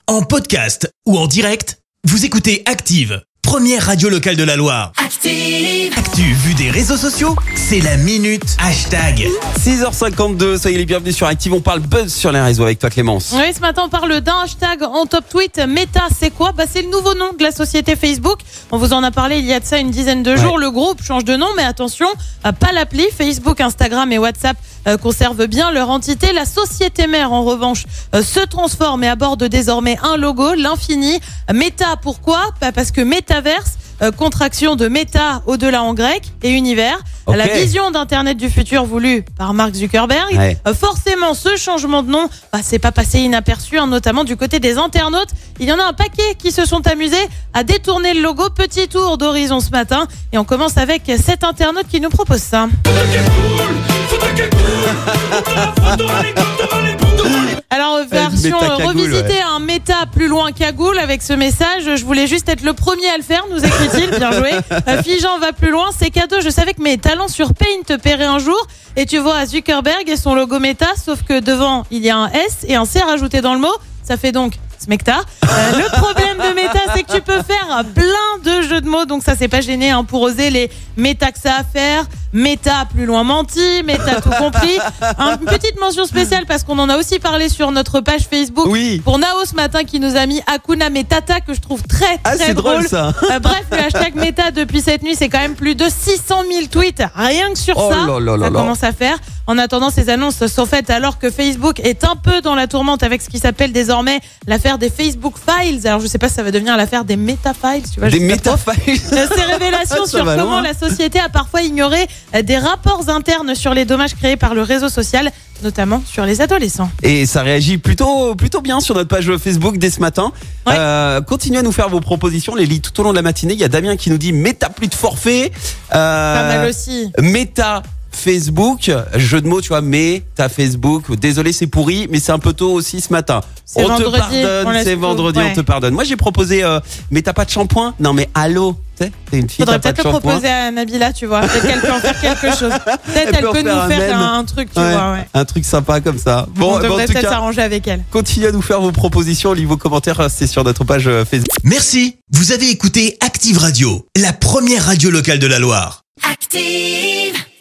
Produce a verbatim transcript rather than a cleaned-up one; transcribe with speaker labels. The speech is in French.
Speaker 1: En podcast ou en direct, vous écoutez Active, première radio locale de la Loire. Active. Actu vue des réseaux sociaux, c'est la minute hashtag.
Speaker 2: six heures cinquante-deux, soyez les bienvenus sur Active. On parle buzz sur les réseaux avec toi Clémence.
Speaker 3: Oui, ce matin on parle d'un hashtag en top tweet. Meta, c'est quoi ? Bah, c'est le nouveau nom de la société Facebook. On vous en a parlé il y a de ça une dizaine de jours. Ouais. Le groupe change de nom, mais attention, pas l'appli. Facebook, Instagram et WhatsApp euh, conservent bien leur entité. La société mère, en revanche, euh, se transforme et aborde désormais un logo, l'infini. Meta, pourquoi ? Bah, parce que métaverse, euh, contraction de méta au-delà en grec et univers. Okay. La vision d'Internet du futur voulue par Mark Zuckerberg. Ouais. Euh, forcément, ce changement de nom, bah, c'est pas passé inaperçu, hein, notamment du côté des internautes. Il y en a un paquet qui se sont amusés à détourner le logo. Petit tour d'horizon ce matin. Et on commence avec cet internaute qui nous propose ça. Alors, version revisitée, ouais. Un méta plus loin cagoule avec ce message. Je voulais juste être le premier à le faire, nous écrit-il. Bien joué. Figeant va plus loin, c'est cadeau. Je savais que mes talents sur Paint te paieraient un jour. Et tu vois Zuckerberg et son logo méta, sauf que devant, il y a un S et un C rajouté dans le mot. Ça fait donc Smecta. Euh, le problème de Meta, c'est que tu peux faire plein de jeux de mots, donc ça c'est pas gêné hein, pour oser les méta que ça a à faire. Méta plus loin menti, méta tout compris. Une petite mention spéciale parce qu'on en a aussi parlé sur notre page Facebook. Oui. Pour Nao ce matin qui nous a mis Hakuna Matata que je trouve très très
Speaker 2: ah, c'est
Speaker 3: drôle.
Speaker 2: drôle ça.
Speaker 3: Euh, bref, le hashtag Meta depuis cette nuit, c'est quand même plus de six cent mille tweets rien que sur
Speaker 2: oh
Speaker 3: ça.
Speaker 2: Là là là
Speaker 3: ça
Speaker 2: là.
Speaker 3: commence à faire. En attendant, ces annonces sont faites alors que Facebook est un peu dans la tourmente avec ce qui s'appelle désormais l'affaire des Facebook Files. Alors je sais pas si ça va devenir l'affaire des Meta Files, tu vois.
Speaker 2: Des Meta Files.
Speaker 3: Ces révélations sur comment loin. La société a parfois ignoré des rapports internes sur les dommages créés par le réseau social, notamment sur les adolescents.
Speaker 2: Et ça réagit plutôt plutôt bien sur notre page Facebook dès ce matin. Ouais. Euh, continuez à nous faire vos propositions, les lit tout au long de la matinée. Il y a Damien qui nous dit méta plus de forfait.
Speaker 3: Euh, Pas mal aussi.
Speaker 2: Méta Facebook, jeu de mots, tu vois, mais t'as Facebook. Désolé, c'est pourri, mais c'est un peu tôt aussi ce matin.
Speaker 3: C'est
Speaker 2: on
Speaker 3: vendredi,
Speaker 2: te pardonne,
Speaker 3: on
Speaker 2: c'est vendredi, ouais. On te pardonne. Moi, j'ai proposé, euh, mais t'as pas de shampoing ? Non, mais allô, tu sais, t'es une fille.
Speaker 3: Faudrait
Speaker 2: t'as
Speaker 3: peut-être
Speaker 2: pas de
Speaker 3: le proposer à Nabila, tu vois. Peut-être qu'elle peut en faire quelque chose. Peut-être elle, elle peut, peut nous un faire un, un truc, tu
Speaker 2: ouais,
Speaker 3: vois. Ouais.
Speaker 2: Un truc sympa comme ça.
Speaker 3: Bon, on devrait peut-être s'arranger avec elle.
Speaker 2: Continuez à nous faire vos propositions, lisez vos commentaires, c'est sur notre page Facebook.
Speaker 1: Merci. Vous avez écouté Active Radio, la première radio locale de la Loire.
Speaker 4: Active!